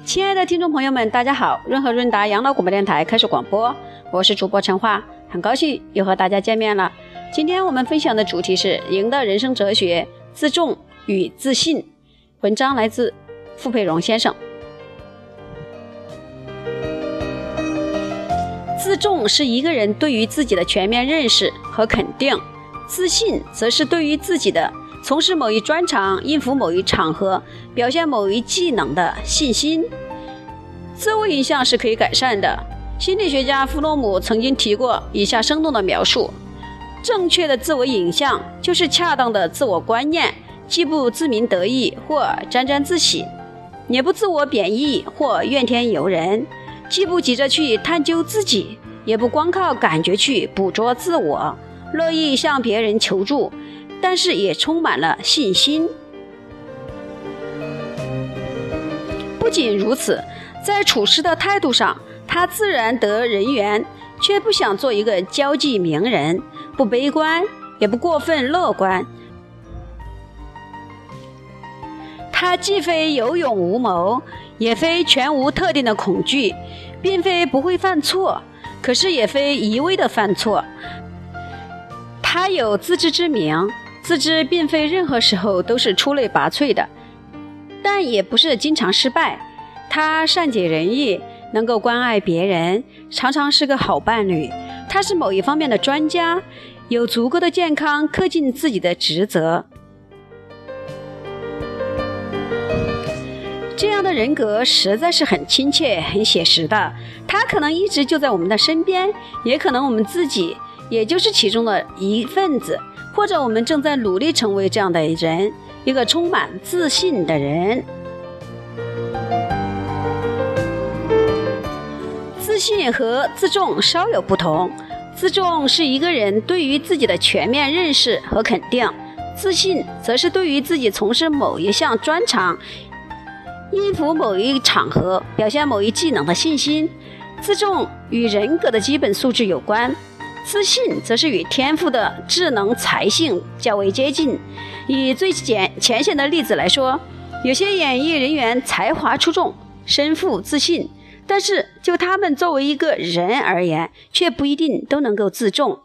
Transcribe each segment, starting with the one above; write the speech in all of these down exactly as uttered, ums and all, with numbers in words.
亲爱的听众朋友们，大家好，润和润达养老广播电台开始广播，我是主播陈华，很高兴又和大家见面了。今天我们分享的主题是赢的人生哲学，自重与自信。文章来自傅佩荣先生。自重是一个人对于自己的全面认识和肯定，自信则是对于自己的从事某一专长、应付某一场合、表现某一技能的信心。自我印象是可以改善的。心理学家弗洛姆曾经提过以下生动的描述：正确的自我印象就是恰当的自我观念，既不自鸣得意或沾沾自喜，也不自我贬义或怨天尤人，既不急着去探究自己，也不光靠感觉去捕捉自我，乐意向别人求助，但是也充满了信心。不仅如此，在处事的态度上，他自然得人缘，却不想做一个交际名人，不悲观，也不过分乐观。他既非有勇无谋，也非全无特定的恐惧，并非不会犯错，可是也非一味的犯错。他有自知之明，自知并非任何时候都是出类拔萃的，但也不是经常失败。他善解人意，能够关爱别人，常常是个好伴侣。他是某一方面的专家，有足够的健康恪尽自己的职责。这样的人格实在是很亲切、很写实的。他可能一直就在我们的身边，也可能我们自己也就是其中的一份子，或者我们正在努力成为这样的人，一个充满自信的人。自信和自重稍有不同，自重是一个人对于自己的全面认识和肯定，自信则是对于自己从事某一项专长、应付某一场合、表现某一技能的信心。自重与人格的基本素质有关，自信则是与天赋的智能才性较为接近。以最前浅显的例子来说，有些演艺人员才华出众，身负自信，但是就他们作为一个人而言，却不一定都能够自重。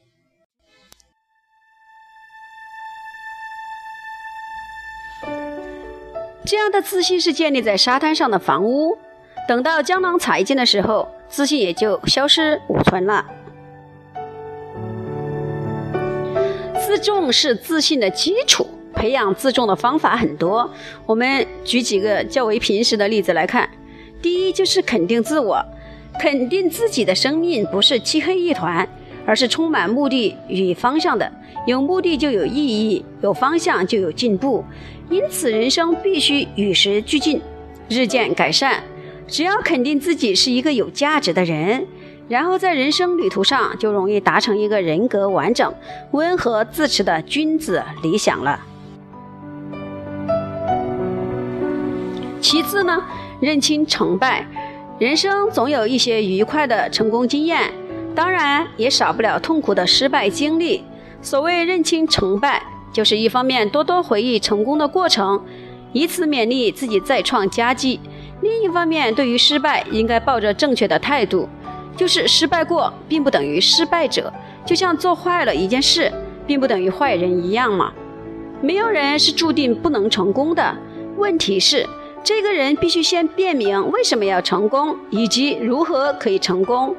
这样的自信是建立在沙滩上的房屋，等到江郎才尽的时候，自信也就消失无存了。自重是自信的基础，培养自重的方法很多，我们举几个较为平时的例子来看。第一，就是肯定自我。肯定自己的生命不是漆黑一团，而是充满目的与方向的。有目的就有意义，有方向就有进步，因此人生必须与时俱进，日渐改善。只要肯定自己是一个有价值的人，然后在人生旅途上就容易达成一个人格完整、温和自持的君子理想了。其次呢，认清成败。人生总有一些愉快的成功经验，当然也少不了痛苦的失败经历。所谓认清成败，就是一方面多多回忆成功的过程，以此勉励自己再创佳绩；另一方面，对于失败应该抱着正确的态度，就是失败过并不等于失败者，就像做坏了一件事并不等于坏人一样嘛。没有人是注定不能成功的，问题是这个人必须先辨明为什么要成功，以及如何可以成功。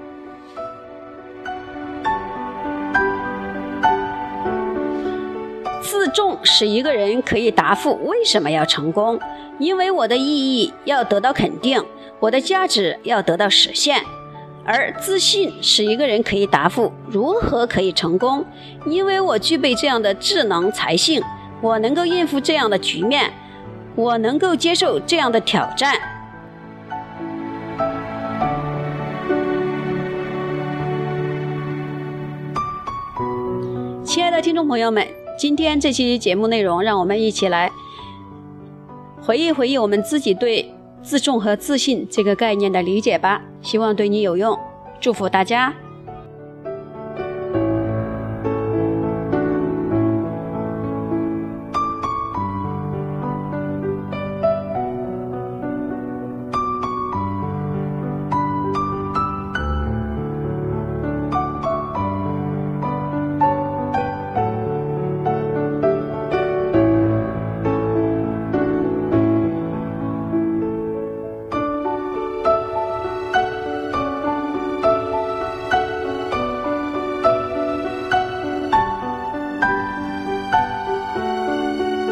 自重使一个人可以答复为什么要成功，因为我的意义要得到肯定，我的价值要得到实现。而自信使一个人可以答复如何可以成功，因为我具备这样的智能才性，我能够应付这样的局面，我能够接受这样的挑战。亲爱的听众朋友们，今天这期节目内容，让我们一起来回忆回忆我们自己对自重和自信这个概念的理解吧，希望对你有用，祝福大家。